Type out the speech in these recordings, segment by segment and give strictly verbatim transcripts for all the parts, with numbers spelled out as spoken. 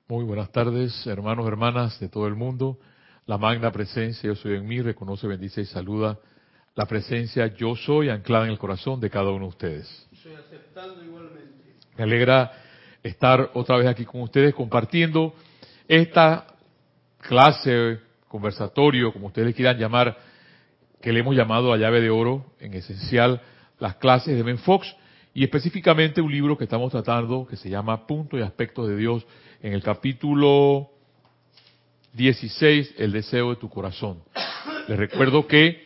Muy buenas tardes, hermanos, hermanas de todo el mundo. La magna presencia, yo soy en mí, reconoce, bendice y saluda la presencia yo soy anclada en el corazón de cada uno de ustedes. Estoy aceptando igualmente. Me alegra estar otra vez aquí con ustedes compartiendo esta clase, conversatorio, como ustedes le quieran llamar, que le hemos llamado la llave de oro, en esencial las clases de Ben Fox, y específicamente un libro que estamos tratando que se llama Puntos y Aspectos de Dios, en el capítulo dieciséis, El deseo de tu corazón. Les recuerdo que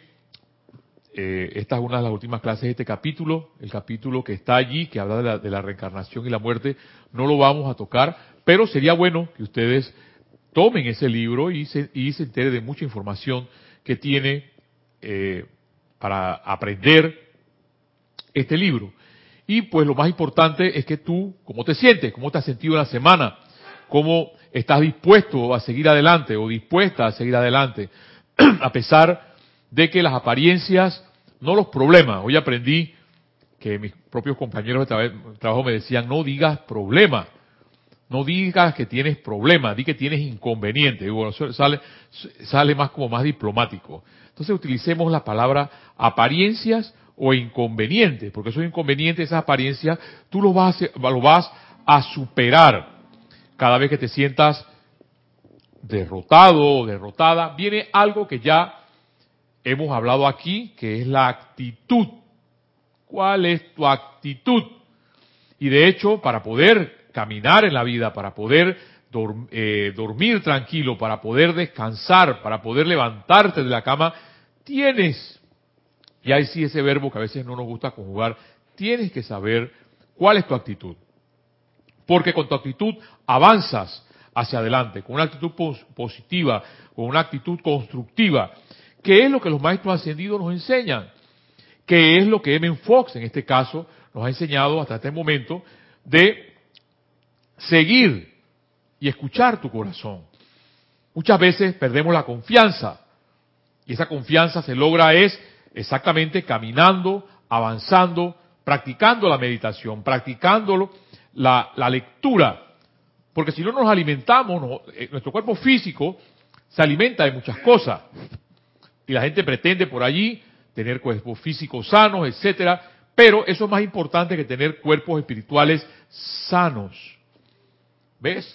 eh, esta es una de las últimas clases de este capítulo, el capítulo que está allí, que habla de la, de la reencarnación y la muerte, no lo vamos a tocar, pero sería bueno que ustedes tomen ese libro y se, y se entere de mucha información que tiene eh, para aprender este libro. Y pues lo más importante es que tú, ¿cómo te sientes? ¿Cómo te has sentido en la semana? ¿Cómo estás dispuesto a seguir adelante o dispuesta a seguir adelante? A pesar de que las apariencias, no los problemas. Hoy aprendí que mis propios compañeros de tra- trabajo me decían, no digas problema, no digas que tienes problema, di que tienes inconveniente. Y bueno, eso sale, sale más como más diplomático. Entonces utilicemos la palabra apariencias o inconvenientes, porque esos inconvenientes, esas apariencias, tú lo vas, a, lo vas a superar. Cada vez que te sientas derrotado o derrotada, viene algo que ya hemos hablado aquí, que es la actitud. ¿Cuál es tu actitud? Y de hecho, para poder caminar en la vida, para poder dorm, eh, dormir tranquilo, para poder descansar, para poder levantarte de la cama, tienes, y ahí sí ese verbo que a veces no nos gusta conjugar, tienes que saber cuál es tu actitud. Porque con tu actitud avanzas hacia adelante, con una actitud pos positiva, con una actitud constructiva, que es lo que los maestros ascendidos nos enseñan, que es lo que M. Fox, en este caso, nos ha enseñado hasta este momento, de seguir y escuchar tu corazón. Muchas veces perdemos la confianza, y esa confianza se logra es exactamente caminando, avanzando, practicando la meditación, practicándolo, la, la lectura, porque si no nos alimentamos, no, eh, nuestro cuerpo físico se alimenta de muchas cosas, y la gente pretende por allí tener cuerpos físicos sanos, etcétera, pero eso es más importante que tener cuerpos espirituales sanos. ¿Ves?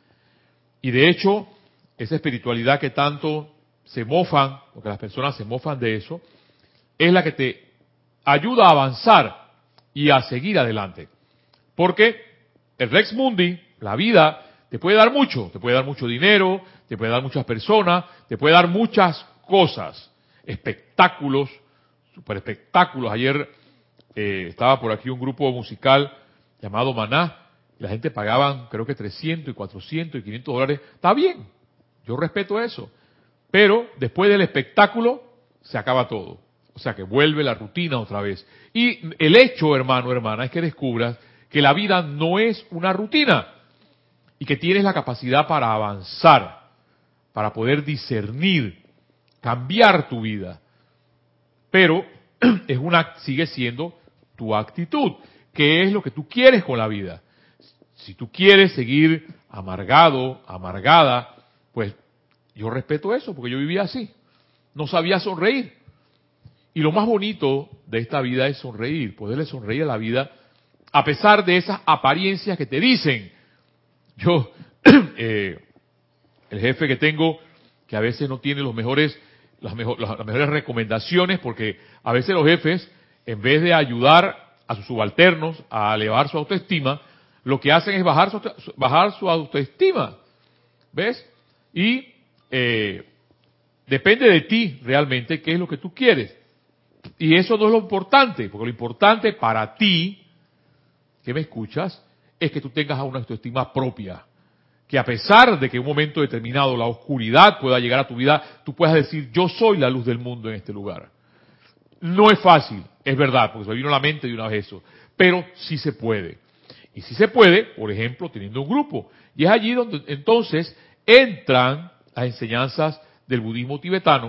Y de hecho, esa espiritualidad que tanto se mofan, porque las personas se mofan de eso, es la que te ayuda a avanzar y a seguir adelante. Porque el Rex Mundi, la vida, te puede dar mucho, te puede dar mucho dinero, te puede dar muchas personas, te puede dar muchas cosas, espectáculos, super espectáculos. Ayer eh, estaba por aquí un grupo musical llamado Maná, y la gente pagaban creo que trescientos y cuatrocientos y quinientos dólares. Está bien, yo respeto eso, pero después del espectáculo se acaba todo. O sea que vuelve la rutina otra vez. Y el hecho, hermano, hermana, es que descubras que la vida no es una rutina y que tienes la capacidad para avanzar, para poder discernir, cambiar tu vida. Pero es una, sigue siendo tu actitud. ¿Qué es lo que tú quieres con la vida? Si tú quieres seguir amargado, amargada, pues yo respeto eso, porque yo vivía así. No sabía sonreír. Y lo más bonito de esta vida es sonreír, poderle sonreír a la vida, a pesar de esas apariencias que te dicen. Yo, eh, el jefe que tengo, que a veces no tiene los mejores, las, mejor, las, las mejores recomendaciones, porque a veces los jefes, en vez de ayudar a sus subalternos a elevar su autoestima, lo que hacen es bajar su, bajar su autoestima. ¿Ves? Y eh, depende de ti realmente qué es lo que tú quieres. Y eso no es lo importante, porque lo importante para ti, que me escuchas, es que tú tengas una autoestima propia. Que a pesar de que en un momento determinado la oscuridad pueda llegar a tu vida, tú puedas decir, yo soy la luz del mundo en este lugar. No es fácil, es verdad, porque se me vino a la mente de una vez eso, pero sí se puede. Y sí se puede, por ejemplo, teniendo un grupo. Y es allí donde entonces entran las enseñanzas del budismo tibetano,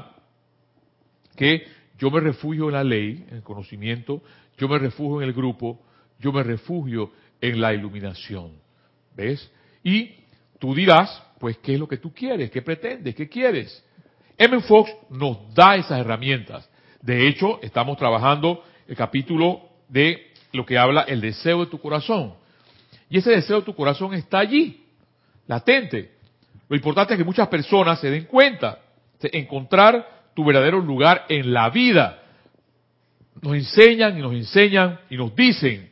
que yo me refugio en la ley, en el conocimiento, yo me refugio en el grupo, yo me refugio en la iluminación. ¿Ves? Y tú dirás, pues, ¿qué es lo que tú quieres? ¿Qué pretendes? ¿Qué quieres? M. Fox nos da esas herramientas. De hecho, estamos trabajando el capítulo de lo que habla el deseo de tu corazón. Y ese deseo de tu corazón está allí, latente. Lo importante es que muchas personas se den cuenta de encontrar tu verdadero lugar en la vida. Nos enseñan y nos enseñan y nos dicen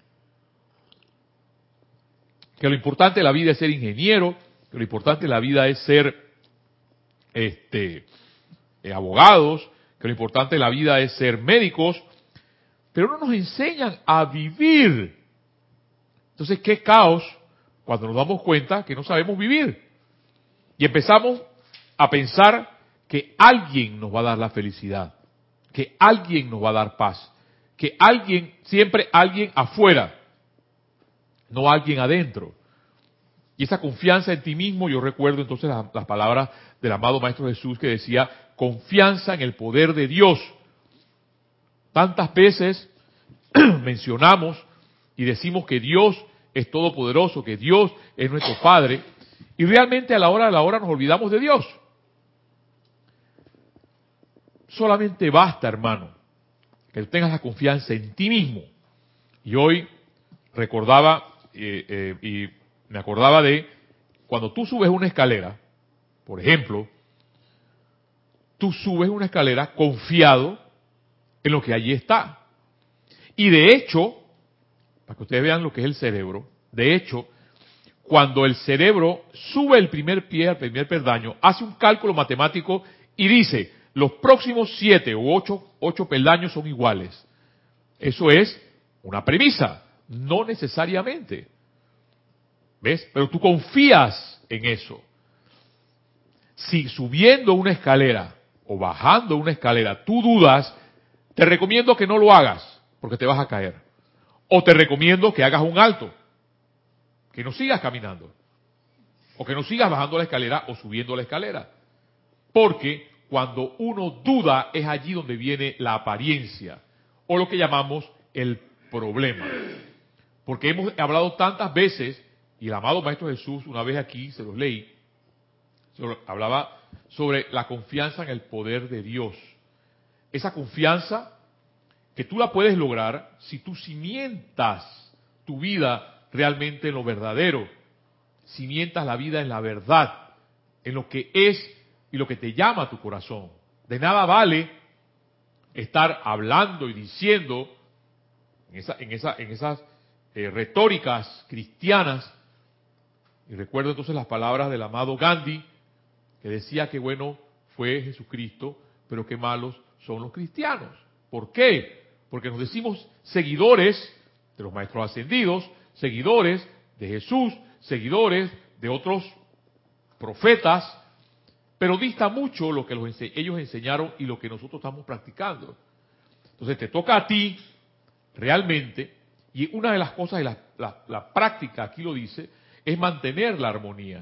que lo importante de la vida es ser ingeniero, que lo importante de la vida es ser este, eh, abogados, que lo importante de la vida es ser médicos, pero no nos enseñan a vivir. Entonces, qué caos cuando nos damos cuenta que no sabemos vivir. Y empezamos a pensar que alguien nos va a dar la felicidad, que alguien nos va a dar paz, que alguien, siempre alguien afuera, no alguien adentro. Y esa confianza en ti mismo, yo recuerdo entonces las, las palabras del amado Maestro Jesús que decía, confianza en el poder de Dios. Tantas veces mencionamos y decimos que Dios es todopoderoso, que Dios es nuestro Padre, y realmente a la hora de la hora nos olvidamos de Dios. Solamente basta, hermano, que tú tengas la confianza en ti mismo. Y hoy recordaba eh, eh, y me acordaba de cuando tú subes una escalera, por ejemplo, tú subes una escalera confiado en lo que allí está. Y de hecho, para que ustedes vean lo que es el cerebro, de hecho, cuando el cerebro sube el primer pie al primer peldaño, hace un cálculo matemático y dice, los próximos siete u ocho, ocho peldaños son iguales. Eso es una premisa, no necesariamente. ¿Ves? Pero tú confías en eso. Si subiendo una escalera o bajando una escalera tú dudas, te recomiendo que no lo hagas, porque te vas a caer. O te recomiendo que hagas un alto, que no sigas caminando, o que no sigas bajando la escalera o subiendo la escalera. Porque cuando uno duda es allí donde viene la apariencia, o lo que llamamos el problema. Porque hemos hablado tantas veces, y el amado Maestro Jesús, una vez aquí, se los leí, sobre, hablaba sobre la confianza en el poder de Dios. Esa confianza que tú la puedes lograr si tú cimientas tu vida realmente en lo verdadero, cimientas la vida en la verdad, en lo que es y lo que te llama a tu corazón. De nada vale estar hablando y diciendo en, esa, en, esa, en esas eh, retóricas cristianas. Y recuerdo entonces las palabras del amado Gandhi, que decía que bueno fue Jesucristo, pero que malos son los cristianos. ¿Por qué? Porque nos decimos seguidores de los maestros ascendidos, seguidores de Jesús, seguidores de otros profetas, pero dista mucho lo que los ense- ellos enseñaron y lo que nosotros estamos practicando. Entonces te toca a ti realmente, y una de las cosas, y la, la, la práctica aquí lo dice, es mantener la armonía.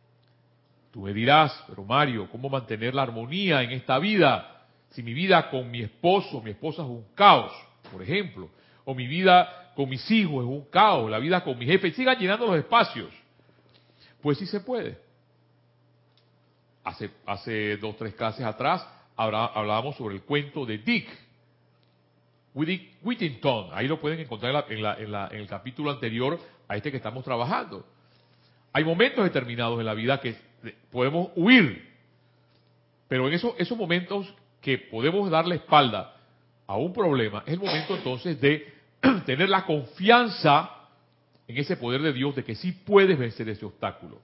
Tú me dirás, pero Mario, ¿cómo mantener la armonía en esta vida? Si mi vida con mi esposo, mi esposa es un caos, por ejemplo, o mi vida con mis hijos es un caos, la vida con mi jefe, y sigan llenando los espacios. Pues sí se puede. Hace, hace dos, tres clases atrás hablábamos sobre el cuento de Dick Whittington. Ahí lo pueden encontrar en, la, en, la, en, la, en el capítulo anterior a este que estamos trabajando. Hay momentos determinados en la vida que podemos huir, pero en esos, esos momentos que podemos dar la espalda a un problema, es el momento entonces de tener la confianza en ese poder de Dios de que sí puedes vencer ese obstáculo.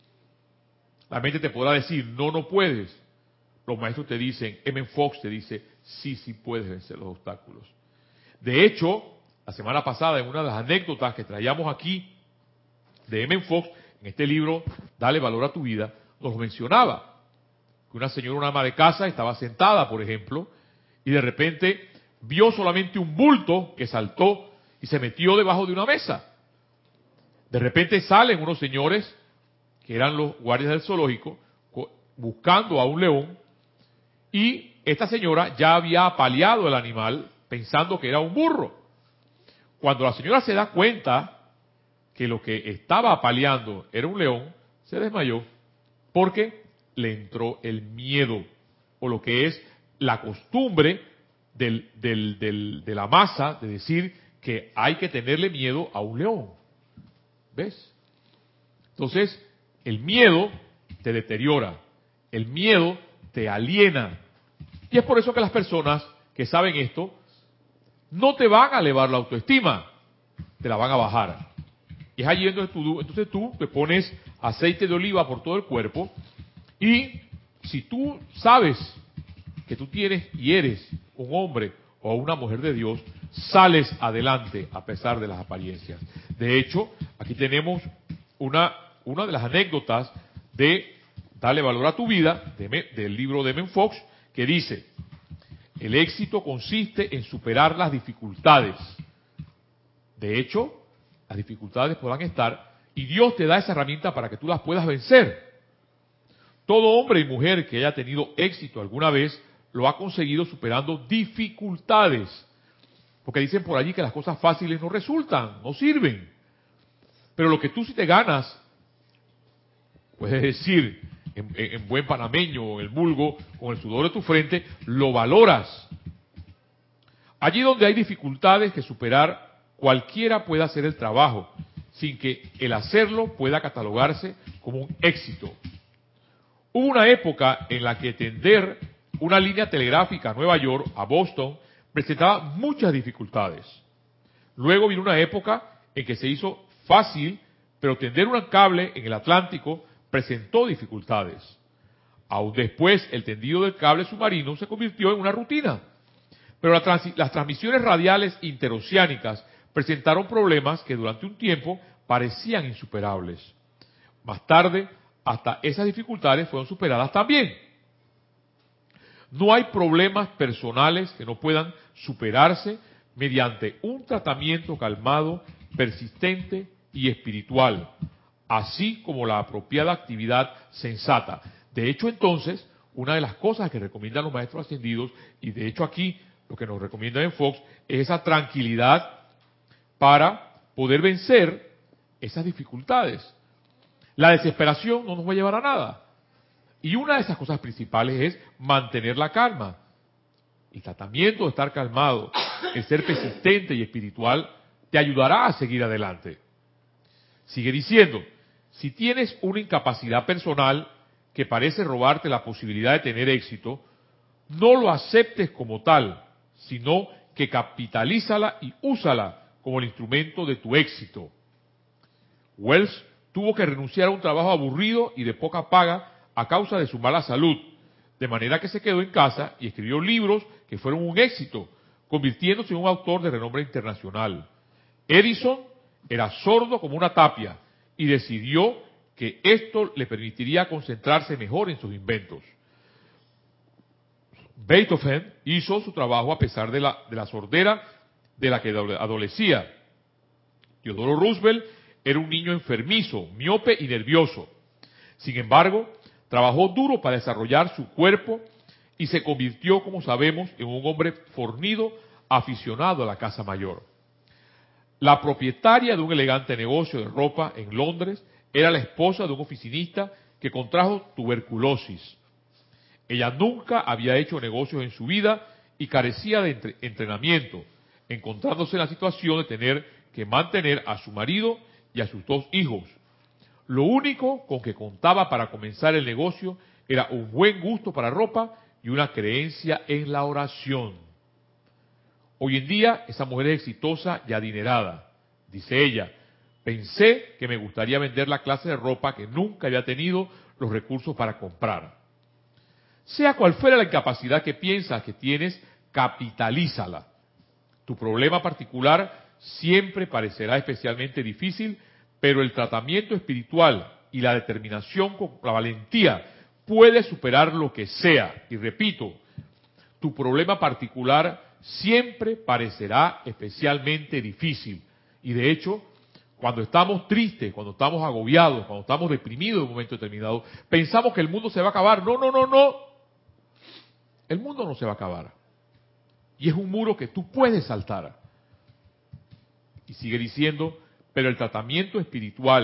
La mente te podrá decir, no, no puedes. Los maestros te dicen, M. Fox te dice, sí, sí puedes vencer los obstáculos. De hecho, la semana pasada, en una de las anécdotas que traíamos aquí de M. Fox, en este libro, Dale Valor a tu Vida, nos mencionaba que una señora, una ama de casa, estaba sentada, por ejemplo, y de repente vio solamente un bulto que saltó y se metió debajo de una mesa. De repente salen unos señores, que eran los guardias del zoológico, buscando a un león, y esta señora ya había apaleado el animal pensando que era un burro. Cuando la señora se da cuenta que lo que estaba apaleando era un león, Se desmayó porque le entró el miedo, o lo que es la costumbre del, del, del, de la masa de decir que hay que tenerle miedo a un león. ¿Ves? Entonces, el miedo te deteriora, el miedo te aliena. Y es por eso que las personas que saben esto no te van a elevar la autoestima, te la van a bajar. Y es allí entonces tú, entonces tú te pones aceite de oliva por todo el cuerpo, y si tú sabes que tú tienes y eres un hombre o una mujer de Dios, sales adelante a pesar de las apariencias. De hecho, aquí tenemos una, una de las anécdotas de Dale Valor a tu Vida, de, del libro de Men Fox, que dice: el éxito consiste en superar las dificultades. De hecho, las dificultades podrán estar y Dios te da esa herramienta para que tú las puedas vencer. Todo hombre y mujer que haya tenido éxito alguna vez lo ha conseguido superando dificultades. Porque dicen por allí que las cosas fáciles no resultan, no sirven. Pero lo que tú sí te ganas, puedes decir, en, en, en buen panameño, en el vulgo, con el sudor de tu frente, lo valoras. Allí donde hay dificultades que superar, cualquiera puede hacer el trabajo, sin que el hacerlo pueda catalogarse como un éxito. Hubo una época en la que tender una línea telegráfica a Nueva York, a Boston, presentaba muchas dificultades. Luego vino una época en que se hizo fácil, pero tender un cable en el Atlántico presentó dificultades. Aún después, el tendido del cable submarino se convirtió en una rutina. Pero la trans- las transmisiones radiales interoceánicas presentaron problemas que durante un tiempo parecían insuperables. Más tarde, hasta esas dificultades fueron superadas también. No hay problemas personales que no puedan superarse mediante un tratamiento calmado, persistente y espiritual, así como la apropiada actividad sensata. De hecho, entonces, una de las cosas que recomiendan los maestros ascendidos, y de hecho aquí lo que nos recomiendan en Fox, es esa tranquilidad para poder vencer esas dificultades. La desesperación no nos va a llevar a nada. Y una de esas cosas principales es mantener la calma. El tratamiento de estar calmado, el ser persistente y espiritual, te ayudará a seguir adelante. Sigue diciendo, si tienes una incapacidad personal que parece robarte la posibilidad de tener éxito, no lo aceptes como tal, sino que capitalízala y úsala como el instrumento de tu éxito. Wells tuvo que renunciar a un trabajo aburrido y de poca paga a causa de su mala salud, de manera que se quedó en casa y escribió libros que fueron un éxito, convirtiéndose en un autor de renombre internacional. Edison era sordo como una tapia y decidió que esto le permitiría concentrarse mejor en sus inventos. Beethoven hizo su trabajo a pesar de la, de la sordera de la que adolecía. Theodore Roosevelt era un niño enfermizo, miope y nervioso. Sin embargo, trabajó duro para desarrollar su cuerpo y se convirtió, como sabemos, en un hombre fornido, aficionado a la casa mayor. La propietaria de un elegante negocio de ropa en Londres era la esposa de un oficinista que contrajo tuberculosis. Ella nunca había hecho negocios en su vida y carecía de entre- entrenamiento, encontrándose en la situación de tener que mantener a su marido y a sus dos hijos. Lo único con que contaba para comenzar el negocio era un buen gusto para ropa y una creencia en la oración. Hoy en día esa mujer es exitosa y adinerada. Dice ella, pensé que me gustaría vender la clase de ropa que nunca había tenido los recursos para comprar. Sea cual fuera la incapacidad que piensas que tienes, capitalízala. Tu problema particular siempre parecerá especialmente difícil, pero el tratamiento espiritual y la determinación con la valentía puede superar lo que sea. Y repito, tu problema particular siempre parecerá especialmente difícil. Y de hecho, cuando estamos tristes, cuando estamos agobiados, cuando estamos deprimidos en un momento determinado, pensamos que el mundo se va a acabar. No, no, no, no. El mundo no se va a acabar. Y es un muro que tú puedes saltar. Y sigue diciendo, pero el tratamiento espiritual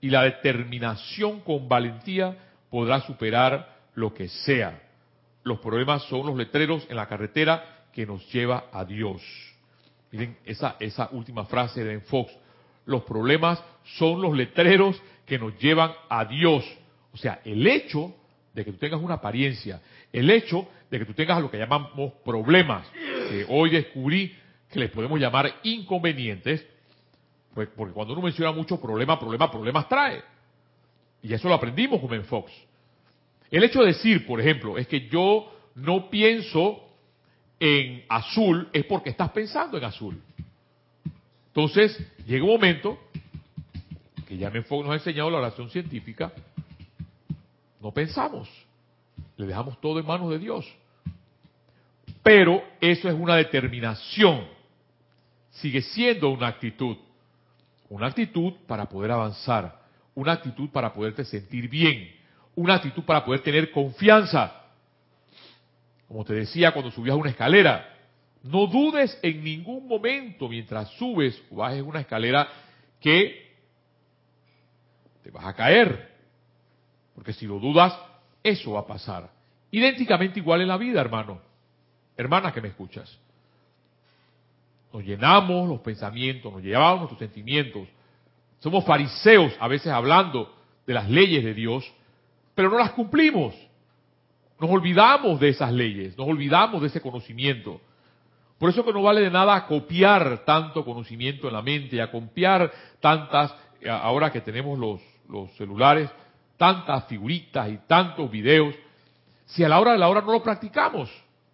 y la determinación con valentía podrá superar lo que sea. Los problemas son los letreros en la carretera que nos lleva a Dios. Miren esa, esa última frase de Fox. Los problemas son los letreros que nos llevan a Dios. O sea, el hecho de que tú tengas una apariencia, el hecho de que tú tengas lo que llamamos problemas, que hoy descubrí que les podemos llamar inconvenientes, pues porque cuando uno menciona mucho problema, problema, problemas trae. Y eso lo aprendimos con Ben Fox. El hecho de decir, por ejemplo, es que yo no pienso en azul, es porque estás pensando en azul. Entonces, llega un momento, que ya Ben Fox nos ha enseñado la oración científica, no pensamos, le dejamos todo en manos de Dios. Pero eso es una determinación, sigue siendo una actitud, una actitud para poder avanzar, una actitud para poderte sentir bien, una actitud para poder tener confianza. Como te decía cuando subías una escalera, no dudes en ningún momento mientras subes o bajes una escalera que te vas a caer. Porque si lo dudas, eso va a pasar. Idénticamente igual en la vida, hermano. Hermana que me escuchas. Nos llenamos los pensamientos, nos llevamos nuestros sentimientos. Somos fariseos a veces hablando de las leyes de Dios, pero no las cumplimos. Nos olvidamos de esas leyes, nos olvidamos de ese conocimiento. Por eso que no vale de nada copiar tanto conocimiento en la mente y a copiar tantas, ahora que tenemos los, los celulares, tantas figuritas y tantos videos, si a la hora de la hora no lo practicamos.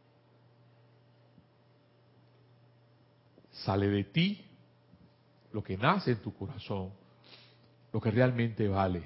Sale de ti lo que nace en tu corazón, lo que realmente vale.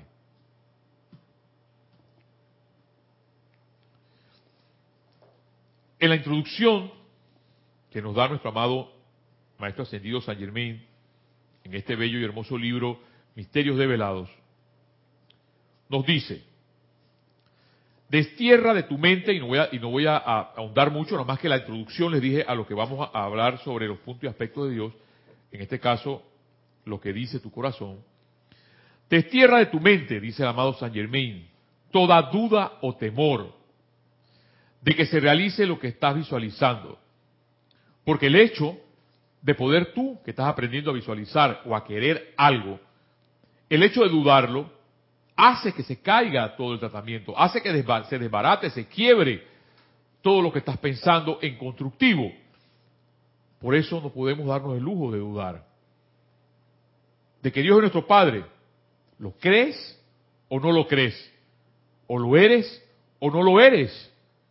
En la introducción que nos da nuestro amado Maestro Ascendido Saint Germain, en este bello y hermoso libro, Misterios Develados, nos dice, destierra de tu mente, y no voy a, y no voy a, a ahondar mucho, nada más que la introducción les dije a lo que vamos a hablar sobre los puntos y aspectos de Dios, en este caso, lo que dice tu corazón. Destierra de tu mente, dice el amado Saint Germain, toda duda o temor de que se realice lo que estás visualizando. Porque el hecho de poder tú, que estás aprendiendo a visualizar o a querer algo, el hecho de dudarlo, hace que se caiga todo el tratamiento, hace que se desbarate, se quiebre todo lo que estás pensando en constructivo. Por eso no podemos darnos el lujo de dudar. De que Dios es nuestro Padre, ¿lo crees o no lo crees? ¿O lo eres o no lo eres?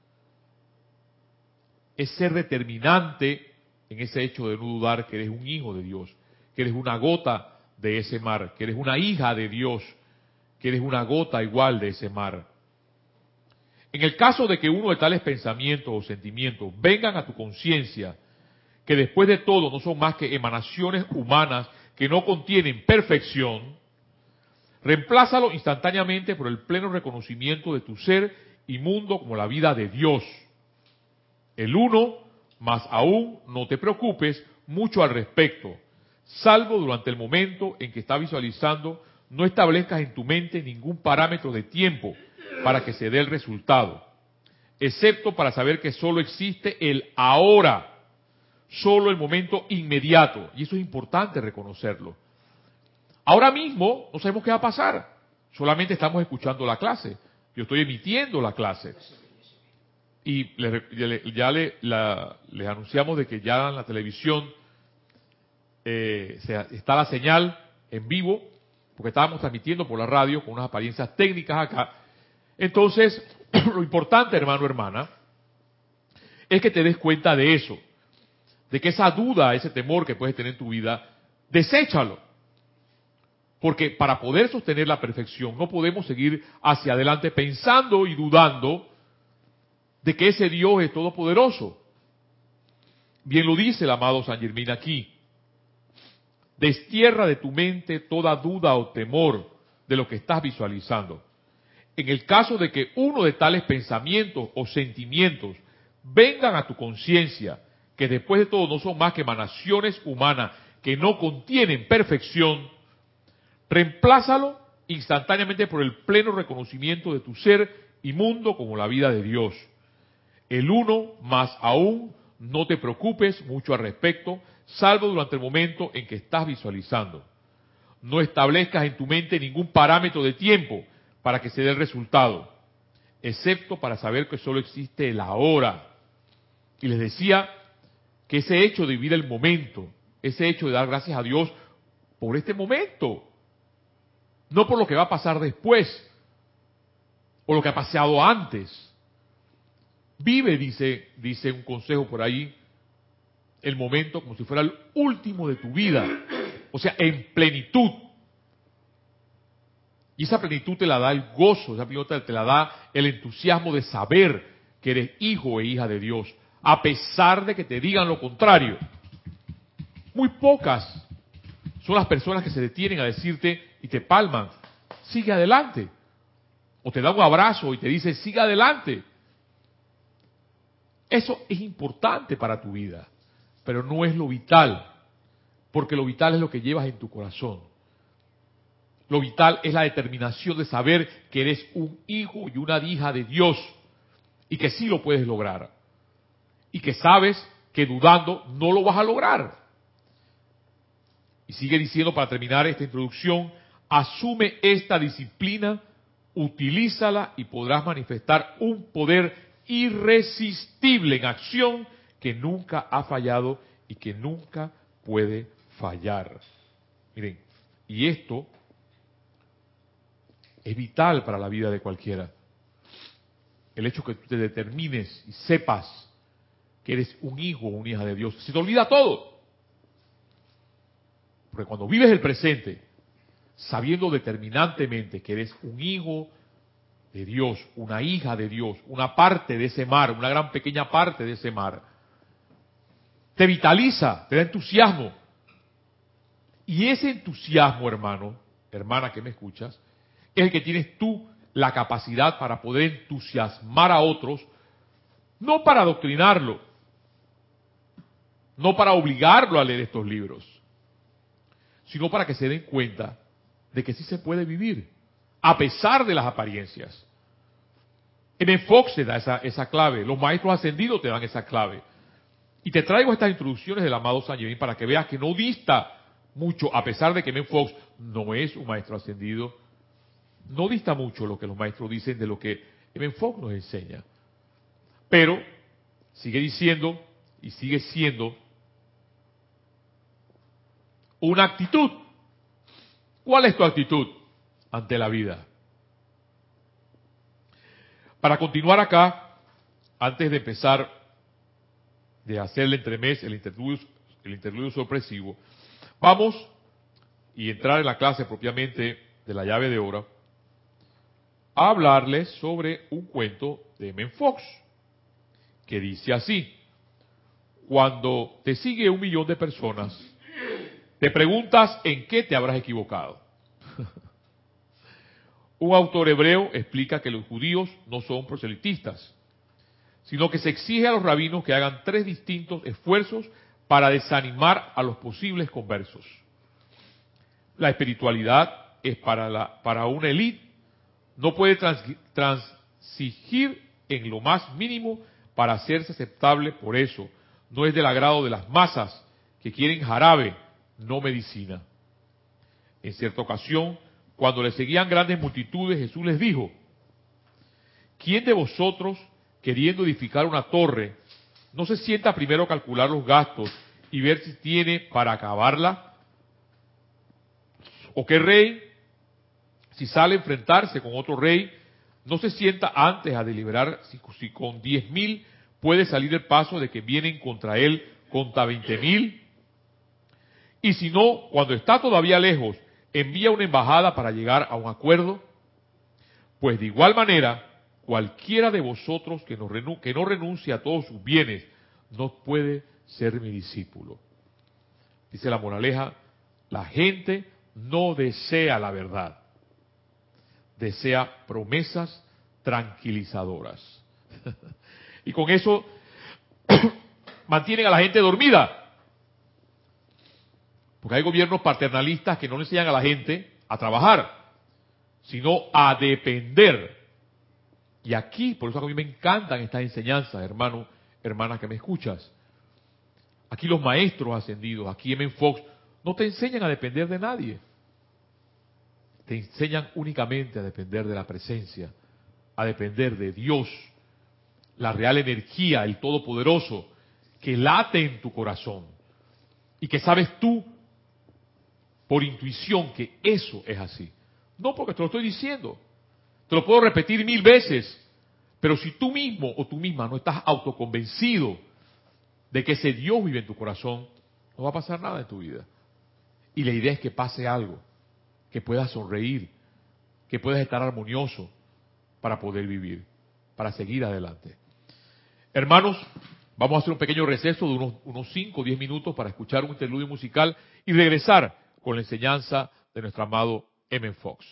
Es ser determinante en ese hecho de no dudar que eres un hijo de Dios, que eres una gota de ese mar, que eres una hija de Dios, que eres una gota igual de ese mar. En el caso de que uno de tales pensamientos o sentimientos vengan a tu conciencia, que después de todo no son más que emanaciones humanas que no contienen perfección, reemplázalo instantáneamente por el pleno reconocimiento de tu ser y mundo como la vida de Dios. El uno, más aún no te preocupes mucho al respecto, salvo durante el momento en que estás visualizando, no establezcas en tu mente ningún parámetro de tiempo para que se dé el resultado, excepto para saber que solo existe el ahora, solo el momento inmediato, y eso es importante reconocerlo. Ahora mismo no sabemos qué va a pasar, solamente estamos escuchando la clase, yo estoy emitiendo la clase. Y le, ya le, la, les anunciamos de que ya en la televisión eh, se, está la señal en vivo, porque estábamos transmitiendo por la radio con unas apariencias técnicas acá. Entonces, lo importante, hermano, hermana, es que te des cuenta de eso, de que esa duda, ese temor que puedes tener en tu vida, deséchalo. Porque para poder sostener la perfección no podemos seguir hacia adelante pensando y dudando de que ese Dios es todopoderoso. Bien lo dice el amado Saint Germain aquí. Destierra de tu mente toda duda o temor de lo que estás visualizando. En el caso de que uno de tales pensamientos o sentimientos vengan a tu conciencia, que después de todo no son más que emanaciones humanas que no contienen perfección, reemplázalo instantáneamente por el pleno reconocimiento de tu ser y mundo como la vida de Dios. El uno, más aún, no te preocupes mucho al respecto, salvo durante el momento en que estás visualizando. No establezcas en tu mente ningún parámetro de tiempo para que se dé el resultado, excepto para saber que solo existe el ahora. Y les decía que ese hecho de vivir el momento, ese hecho de dar gracias a Dios por este momento, no por lo que va a pasar después, o lo que ha pasado antes. Vive, dice, dice un consejo por ahí, el momento como si fuera el último de tu vida, o sea, en plenitud. Y esa plenitud te la da el gozo, esa plenitud te la da el entusiasmo de saber que eres hijo e hija de Dios, a pesar de que te digan lo contrario. Muy pocas son las personas que se detienen a decirte y te palman, sigue adelante. O te da un abrazo y te dice, sigue adelante. Eso es importante para tu vida, pero no es lo vital, porque lo vital es lo que llevas en tu corazón. Lo vital es la determinación de saber que eres un hijo y una hija de Dios y que sí lo puedes lograr. Y que sabes que dudando no lo vas a lograr. Y sigue diciendo para terminar esta introducción, asume esta disciplina, utilízala y podrás manifestar un poder irresistible en acción que nunca ha fallado y que nunca puede fallar. Miren, y esto es vital para la vida de cualquiera. El hecho que tú te determines y sepas que eres un hijo o una hija de Dios. Se te olvida todo. Porque cuando vives el presente, sabiendo determinantemente que eres un hijo de Dios, una hija de Dios, una parte de ese mar, una gran pequeña parte de ese mar, te vitaliza, te da entusiasmo. Y ese entusiasmo, hermano, hermana que me escuchas, es el que tienes tú la capacidad para poder entusiasmar a otros, no para adoctrinarlo, no para obligarlo a leer estos libros, sino para que se den cuenta de que sí se puede vivir, a pesar de las apariencias. M. Fox te da esa, esa clave, los maestros ascendidos te dan esa clave. Y te traigo estas introducciones del amado Saint Germain para que veas que no dista mucho, a pesar de que M. Fox no es un maestro ascendido, no dista mucho lo que los maestros dicen de lo que M. Fox nos enseña. Pero sigue diciendo y sigue siendo una actitud. ¿Cuál es tu actitud ante la vida? Para continuar acá, antes de empezar de hacer el entremés, el interludio, el interludio sorpresivo, vamos y entrar en la clase propiamente de la llave de oro, a hablarles sobre un cuento de M. Fox, que dice así: cuando te sigue un millón de personas, te preguntas en qué te habrás equivocado. Un autor hebreo explica que los judíos no son proselitistas, sino que se exige a los rabinos que hagan tres distintos esfuerzos para desanimar a los posibles conversos. La espiritualidad es para, la, para una élite, no puede trans, transigir en lo más mínimo para hacerse aceptable, por eso no es del agrado de las masas que quieren jarabe, no medicina. En cierta ocasión, cuando le seguían grandes multitudes, Jesús les dijo: ¿quién de vosotros, queriendo edificar una torre, no se sienta primero a calcular los gastos y ver si tiene para acabarla? ¿O qué rey, si sale a enfrentarse con otro rey, no se sienta antes a deliberar si, si con diez mil puede salir el paso de que vienen contra él contra veinte mil? Y si no, cuando está todavía lejos, envía una embajada para llegar a un acuerdo. Pues de igual manera, cualquiera de vosotros que no, renun- que no renuncie a todos sus bienes no puede ser mi discípulo. Dice la moraleja: la gente no desea la verdad, desea promesas tranquilizadoras. Y con eso mantienen a la gente dormida. Porque hay gobiernos paternalistas que no le enseñan a la gente a trabajar. sino a depender. Y aquí, por eso a mí me encantan estas enseñanzas, hermanos, hermanas que me escuchas. Aquí los maestros ascendidos, aquí M. Fox, no te enseñan a depender de nadie. Te enseñan únicamente a depender de la presencia, a depender de Dios, la real energía, el Todopoderoso, que late en tu corazón. Y que sabes tú, por intuición, que eso es así. No porque te lo estoy diciendo. Te lo puedo repetir mil veces. Pero si tú mismo o tú misma no estás autoconvencido de que ese Dios vive en tu corazón, no va a pasar nada en tu vida. Y la idea es que pase algo, que puedas sonreír, que puedas estar armonioso para poder vivir, para seguir adelante. Hermanos, vamos a hacer un pequeño receso de unos, unos cinco o diez minutos para escuchar un interludio musical y regresar con la enseñanza de nuestro amado M. Fox.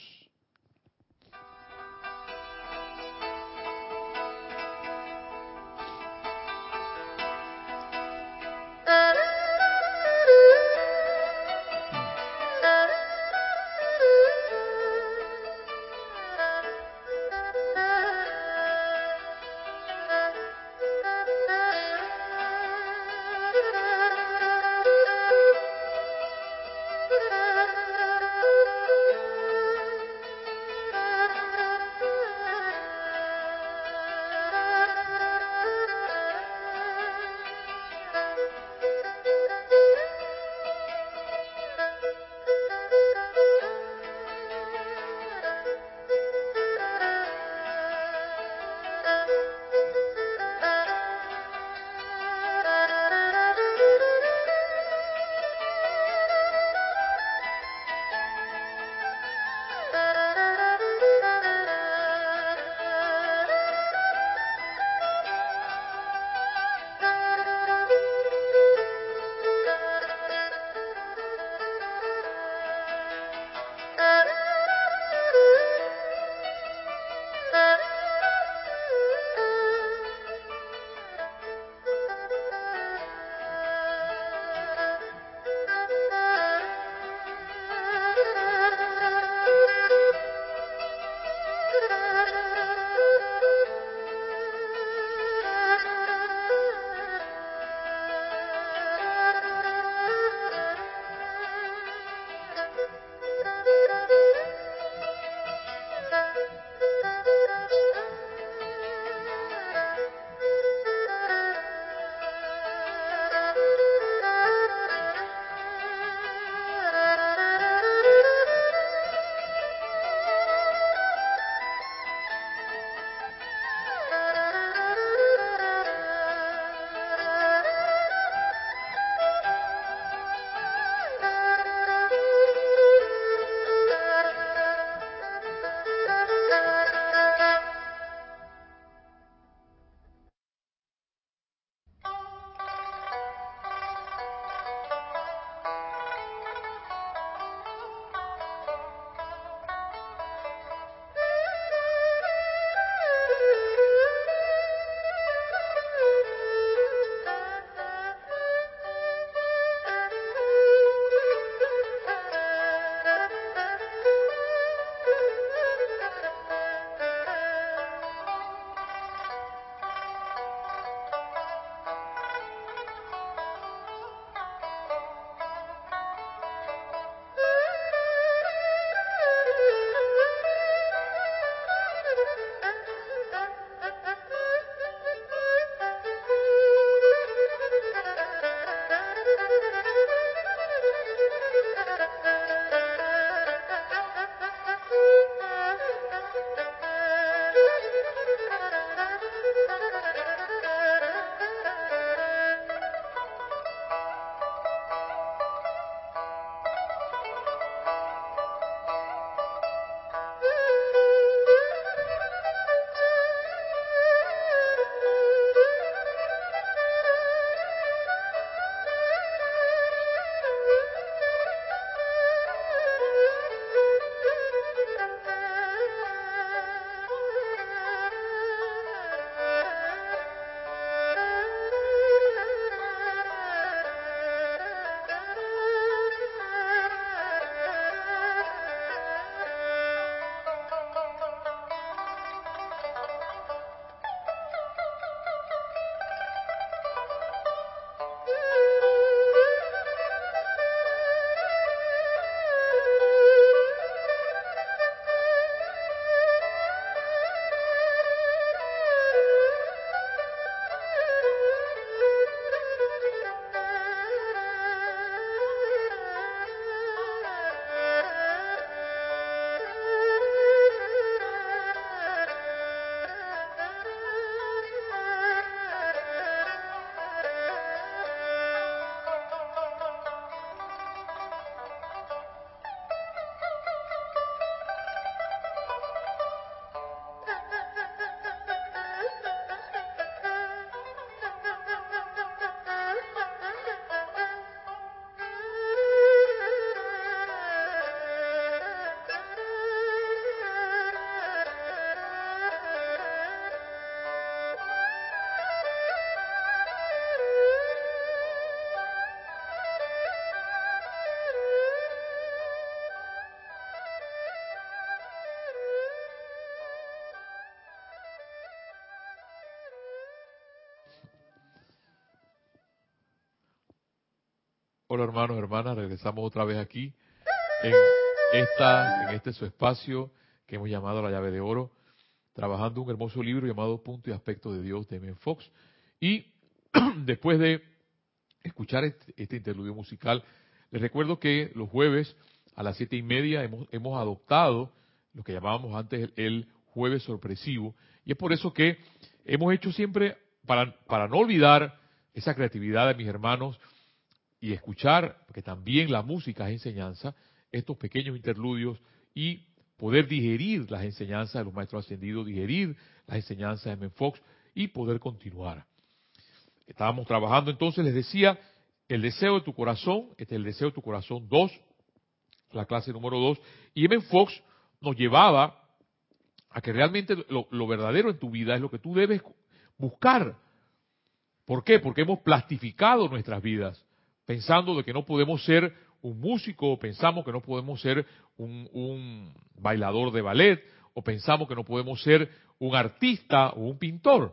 Hola hermanos, hermanas, regresamos otra vez aquí en esta, en este su espacio que hemos llamado La Llave de Oro, trabajando un hermoso libro llamado Punto y Aspecto de Dios de M. Fox. Y después de escuchar este, este interludio musical, les recuerdo que los jueves a las siete y media hemos, hemos adoptado lo que llamábamos antes el, el jueves sorpresivo, y es por eso que hemos hecho siempre, para, para no olvidar esa creatividad de mis hermanos y escuchar, porque también la música es enseñanza, estos pequeños interludios y poder digerir las enseñanzas de los maestros ascendidos, digerir las enseñanzas de M. Fox y poder continuar. Estábamos trabajando entonces, les decía, el deseo de tu corazón, este es el deseo de tu corazón dos, la clase número dos, y M. Fox nos llevaba a que realmente lo, lo verdadero en tu vida es lo que tú debes buscar. ¿Por qué? Porque hemos plastificado nuestras vidas, pensando de que no podemos ser un músico, o pensamos que no podemos ser un, un bailador de ballet, o pensamos que no podemos ser un artista o un pintor.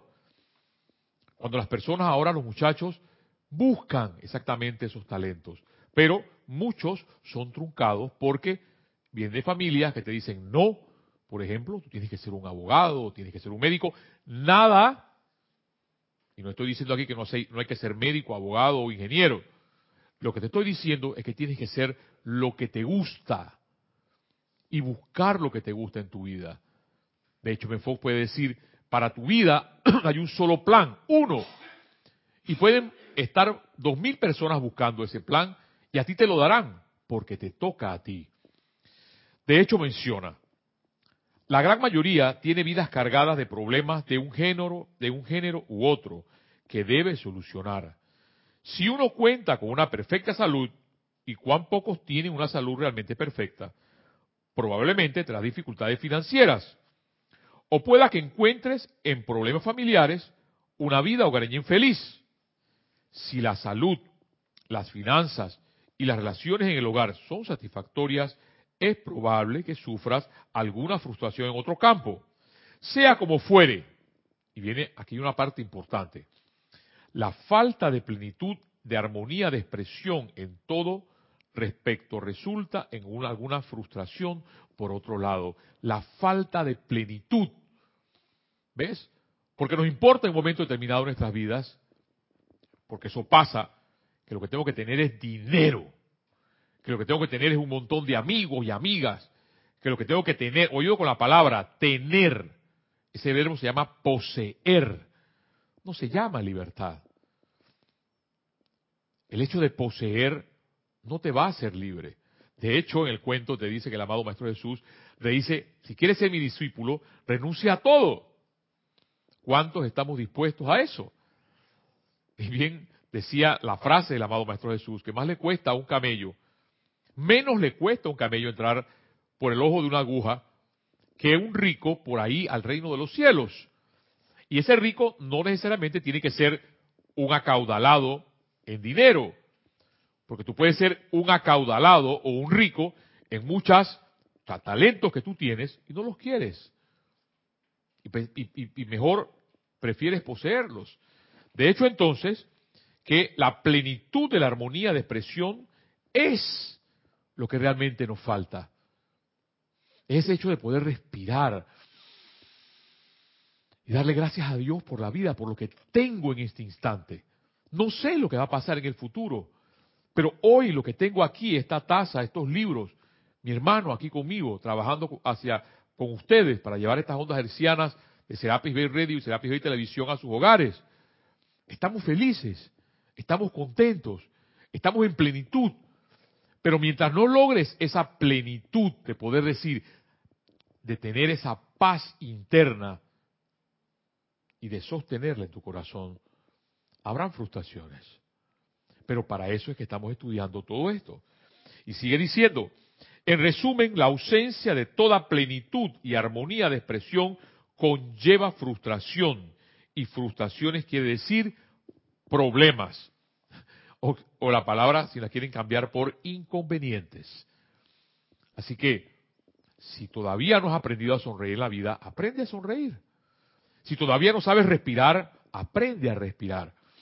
Cuando las personas ahora, los muchachos, buscan exactamente esos talentos, pero muchos son truncados porque vienen de familias que te dicen no. Por ejemplo, tú tienes que ser un abogado, tienes que ser un médico, nada, y no estoy diciendo aquí que no, sé, no hay que ser médico, abogado o ingeniero. Lo que te estoy diciendo es que tienes que ser lo que te gusta y buscar lo que te gusta en tu vida. De hecho, M. Fox puede decir, para tu vida hay un solo plan, uno, y pueden estar dos mil personas buscando ese plan y a ti te lo darán porque te toca a ti. De hecho, menciona, la gran mayoría tiene vidas cargadas de problemas de un género, de un género u otro que debe solucionar. Si uno cuenta con una perfecta salud, y cuán pocos tienen una salud realmente perfecta, probablemente tras dificultades financieras, o pueda que encuentres en problemas familiares una vida hogareña infeliz. Si la salud, las finanzas y las relaciones en el hogar son satisfactorias, es probable que sufras alguna frustración en otro campo. Sea como fuere, y viene aquí una parte importante, la falta de plenitud, de armonía, de expresión en todo respecto resulta en una, alguna frustración por otro lado. La falta de plenitud, ¿ves? Porque nos importa en un momento determinado de nuestras vidas, porque eso pasa, que lo que tengo que tener es dinero, que lo que tengo que tener es un montón de amigos y amigas, que lo que tengo que tener, oído con la palabra tener, ese verbo se llama poseer, no se llama libertad. El hecho de poseer no te va a hacer libre. De hecho, en el cuento te dice que el amado Maestro Jesús le dice, si quieres ser mi discípulo, renuncia a todo. ¿Cuántos estamos dispuestos a eso? Y bien, decía la frase del amado Maestro Jesús, que más le cuesta a un camello, menos le cuesta a un camello entrar por el ojo de una aguja que un rico por ahí al reino de los cielos. Y ese rico no necesariamente tiene que ser un acaudalado en dinero, porque tú puedes ser un acaudalado o un rico en muchos talentos que tú tienes y no los quieres. Y, y, y mejor prefieres poseerlos. De hecho, entonces, que la plenitud de la armonía de expresión es lo que realmente nos falta. Es ese hecho de poder respirar y darle gracias a Dios por la vida, por lo que tengo en este instante. No sé lo que va a pasar en el futuro, pero hoy lo que tengo aquí, esta taza, estos libros, mi hermano aquí conmigo, trabajando hacia con ustedes para llevar estas ondas hercianas de Serapis Bay Radio y Serapis Bay Televisión a sus hogares. Estamos felices, estamos contentos, estamos en plenitud. Pero mientras no logres esa plenitud de poder decir, de tener esa paz interna y de sostenerla en tu corazón, habrán frustraciones. Pero para eso es que estamos estudiando todo esto. Y sigue diciendo, en resumen, la ausencia de toda plenitud y armonía de expresión conlleva frustración. Y frustraciones quiere decir problemas. O, o la palabra, si la quieren cambiar, por inconvenientes. Así que, si todavía no has aprendido a sonreír en la vida, aprende a sonreír. Si todavía no sabes respirar, aprende a respirar.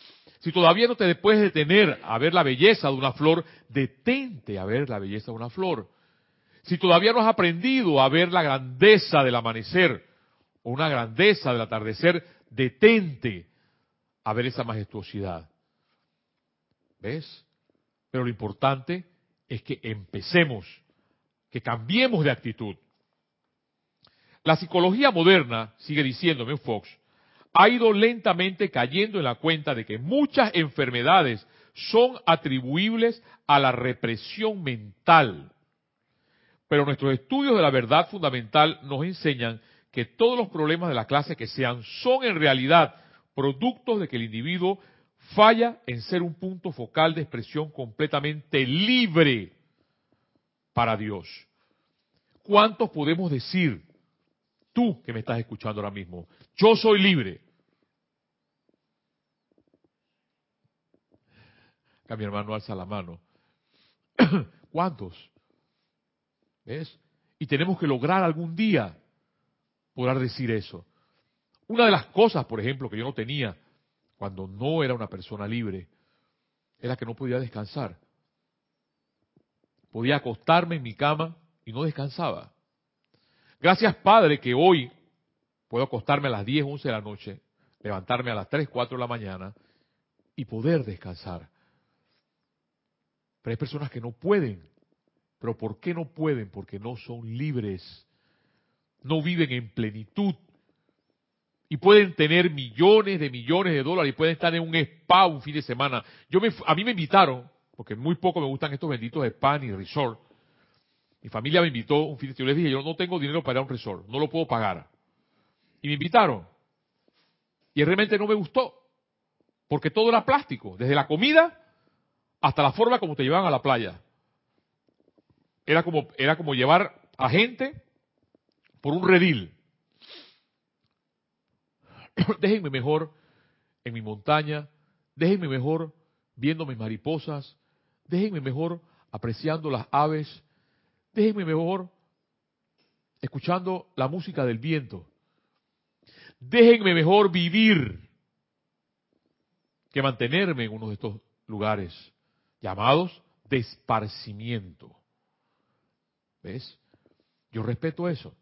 Si todavía no te puedes detener a ver la belleza de una flor, detente a ver la belleza de una flor. Si todavía no has aprendido a ver la grandeza del amanecer o una grandeza del atardecer, detente a ver esa majestuosidad. ¿Ves? Pero lo importante es que empecemos, que cambiemos de actitud. La psicología moderna, sigue diciéndome Fox, ha ido lentamente cayendo en la cuenta de que muchas enfermedades son atribuibles a la represión mental. Pero nuestros estudios de la verdad fundamental nos enseñan que todos los problemas de la clase que sean son en realidad productos de que el individuo falla en ser un punto focal de expresión completamente libre para Dios. ¿Cuántos podemos decir, tú que me estás escuchando ahora mismo, yo soy libre? Acá mi hermano alza la mano. ¿Cuántos? ¿Ves? Y tenemos que lograr algún día poder decir eso. Una de las cosas, por ejemplo, que yo no tenía cuando no era una persona libre, era que no podía descansar. Podía acostarme en mi cama y no descansaba. Gracias, Padre, que hoy puedo acostarme a las diez, once de la noche, levantarme a las tres, cuatro de la mañana y poder descansar. Pero hay personas que no pueden. ¿Pero por qué no pueden? Porque no son libres. No viven en plenitud. Y pueden tener millones de millones de dólares y pueden estar en un spa un fin de semana. Yo me, a mí me invitaron, porque muy poco me gustan estos benditos spa ni resort. Mi familia me invitó un fin de semana. Yo les dije, yo no tengo dinero para ir a un resort, no lo puedo pagar. Y me invitaron. Y realmente no me gustó. Porque todo era plástico, desde la comida hasta la forma como te llevaban a la playa. Era como, era como llevar a gente por un redil. Déjenme mejor en mi montaña, déjenme mejor viendo mis mariposas, déjenme mejor apreciando las aves, déjenme mejor escuchando la música del viento, déjenme mejor vivir que mantenerme en uno de estos lugares llamados de esparcimiento. ¿Ves? Yo respeto eso.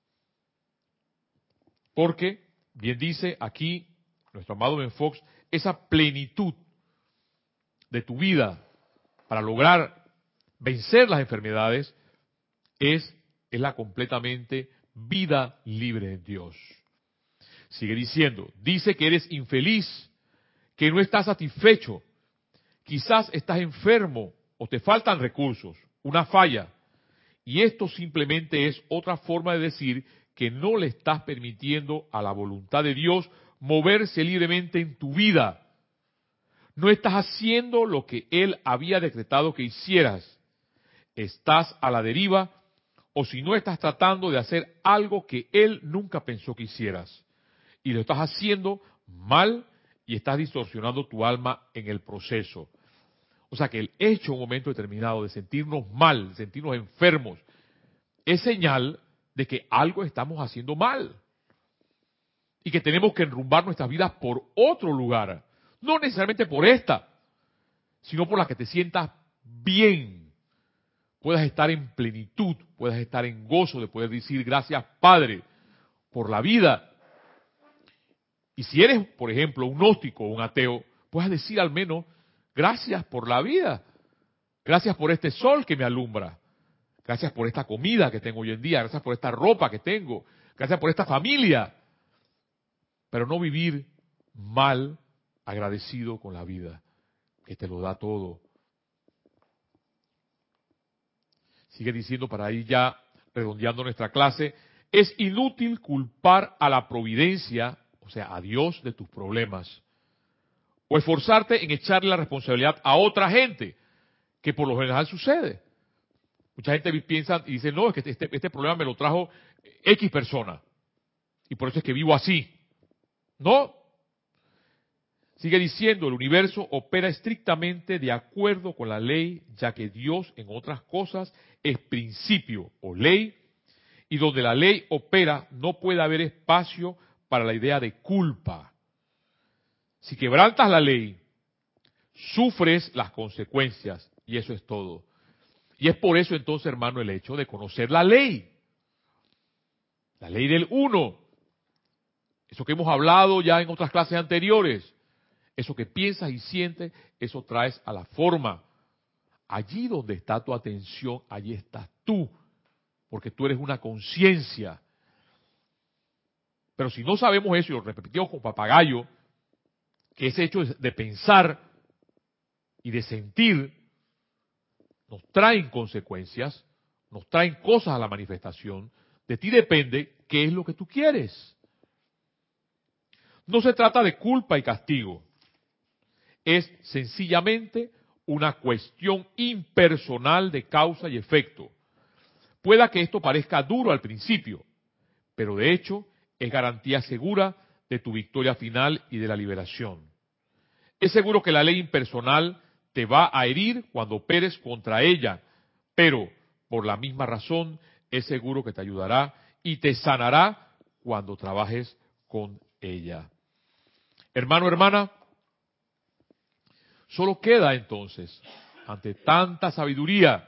Porque, bien dice aquí nuestro amado Ben Fox, esa plenitud de tu vida para lograr vencer las enfermedades es, es la completamente vida libre en Dios. Sigue diciendo, dice que eres infeliz, que no estás satisfecho, quizás estás enfermo o te faltan recursos, una falla. Y esto simplemente es otra forma de decir que no le estás permitiendo a la voluntad de Dios moverse libremente en tu vida. No estás haciendo lo que Él había decretado que hicieras. Estás a la deriva, o si no estás tratando de hacer algo que Él nunca pensó que hicieras. Y lo estás haciendo mal y estás distorsionando tu alma en el proceso. O sea que el hecho en un momento determinado de sentirnos mal, de sentirnos enfermos, es señal de que algo estamos haciendo mal. Y que tenemos que enrumbar nuestras vidas por otro lugar. No necesariamente por esta, sino por la que te sientas bien. Puedas estar en plenitud, puedas estar en gozo de poder decir gracias, Padre, por la vida. Y si eres, por ejemplo, un gnóstico o un ateo, puedas decir al menos gracias por la vida. Gracias por este sol que me alumbra. Gracias por esta comida que tengo hoy en día. Gracias por esta ropa que tengo. Gracias por esta familia. Pero no vivir mal agradecido con la vida, que te lo da todo. Sigue diciendo para ir ya redondeando nuestra clase, es inútil culpar a la providencia, o sea, a Dios de tus problemas, o esforzarte en echarle la responsabilidad a otra gente, que por lo general sucede. Mucha gente piensa y dice, no, es que este, este problema me lo trajo X persona, y por eso es que vivo así. No. Sigue diciendo, el universo opera estrictamente de acuerdo con la ley, ya que Dios en otras cosas es principio o ley, y donde la ley opera no puede haber espacio para la idea de culpa. Si quebrantas la ley, sufres las consecuencias, y eso es todo. Y es por eso entonces, hermano, el hecho de conocer la ley. La ley del uno. Eso que hemos hablado ya en otras clases anteriores. Eso que piensas y sientes, eso traes a la forma. Allí donde está tu atención, allí estás tú. Porque tú eres una conciencia. Pero si no sabemos eso, y lo repetimos con papagayo, que ese hecho de pensar y de sentir nos traen consecuencias, nos traen cosas a la manifestación, de ti depende qué es lo que tú quieres. No se trata de culpa y castigo, es sencillamente una cuestión impersonal de causa y efecto. Pueda que esto parezca duro al principio, pero de hecho es garantía segura de tu victoria final y de la liberación. Es seguro que la ley impersonal te va a herir cuando operes contra ella, pero por la misma razón es seguro que te ayudará y te sanará cuando trabajes con ella. Hermano, hermana, solo queda entonces, ante tanta sabiduría,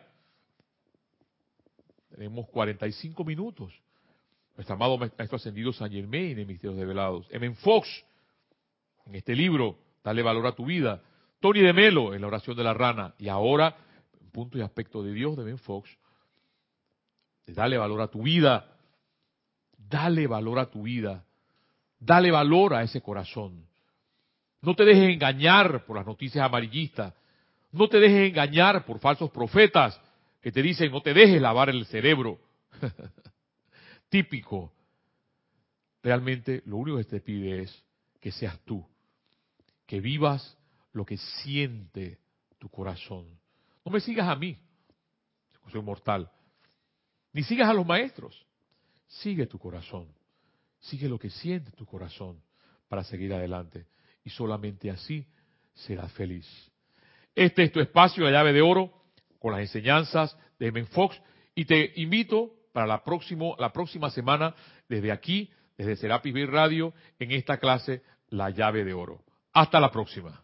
tenemos cuarenta y cinco minutos. Nuestro amado Maestro Ascendido Saint Germain en Misterios Develados. M. Fox, en este libro, Dale Valor a tu Vida. Tony de Melo, en La Oración de la Rana. Y ahora, Punto y Aspecto de Dios, de M. Fox. Dale valor a tu vida. Dale valor a tu vida. Dale valor a ese corazón. No te dejes engañar por las noticias amarillistas. No te dejes engañar por falsos profetas que te dicen no te dejes lavar el cerebro. Típico. Realmente lo único que te pide es que seas tú. Que vivas lo que siente tu corazón. No me sigas a mí, soy mortal. Ni sigas a los maestros. Sigue tu corazón. Sigue lo que siente tu corazón para seguir adelante. Y solamente así serás feliz. Este es tu espacio, la llave de oro, con las enseñanzas de M. Fox. Y te invito para la, próximo, la próxima semana, desde aquí, desde Serapis Bay Radio, en esta clase, la llave de oro. Hasta la próxima.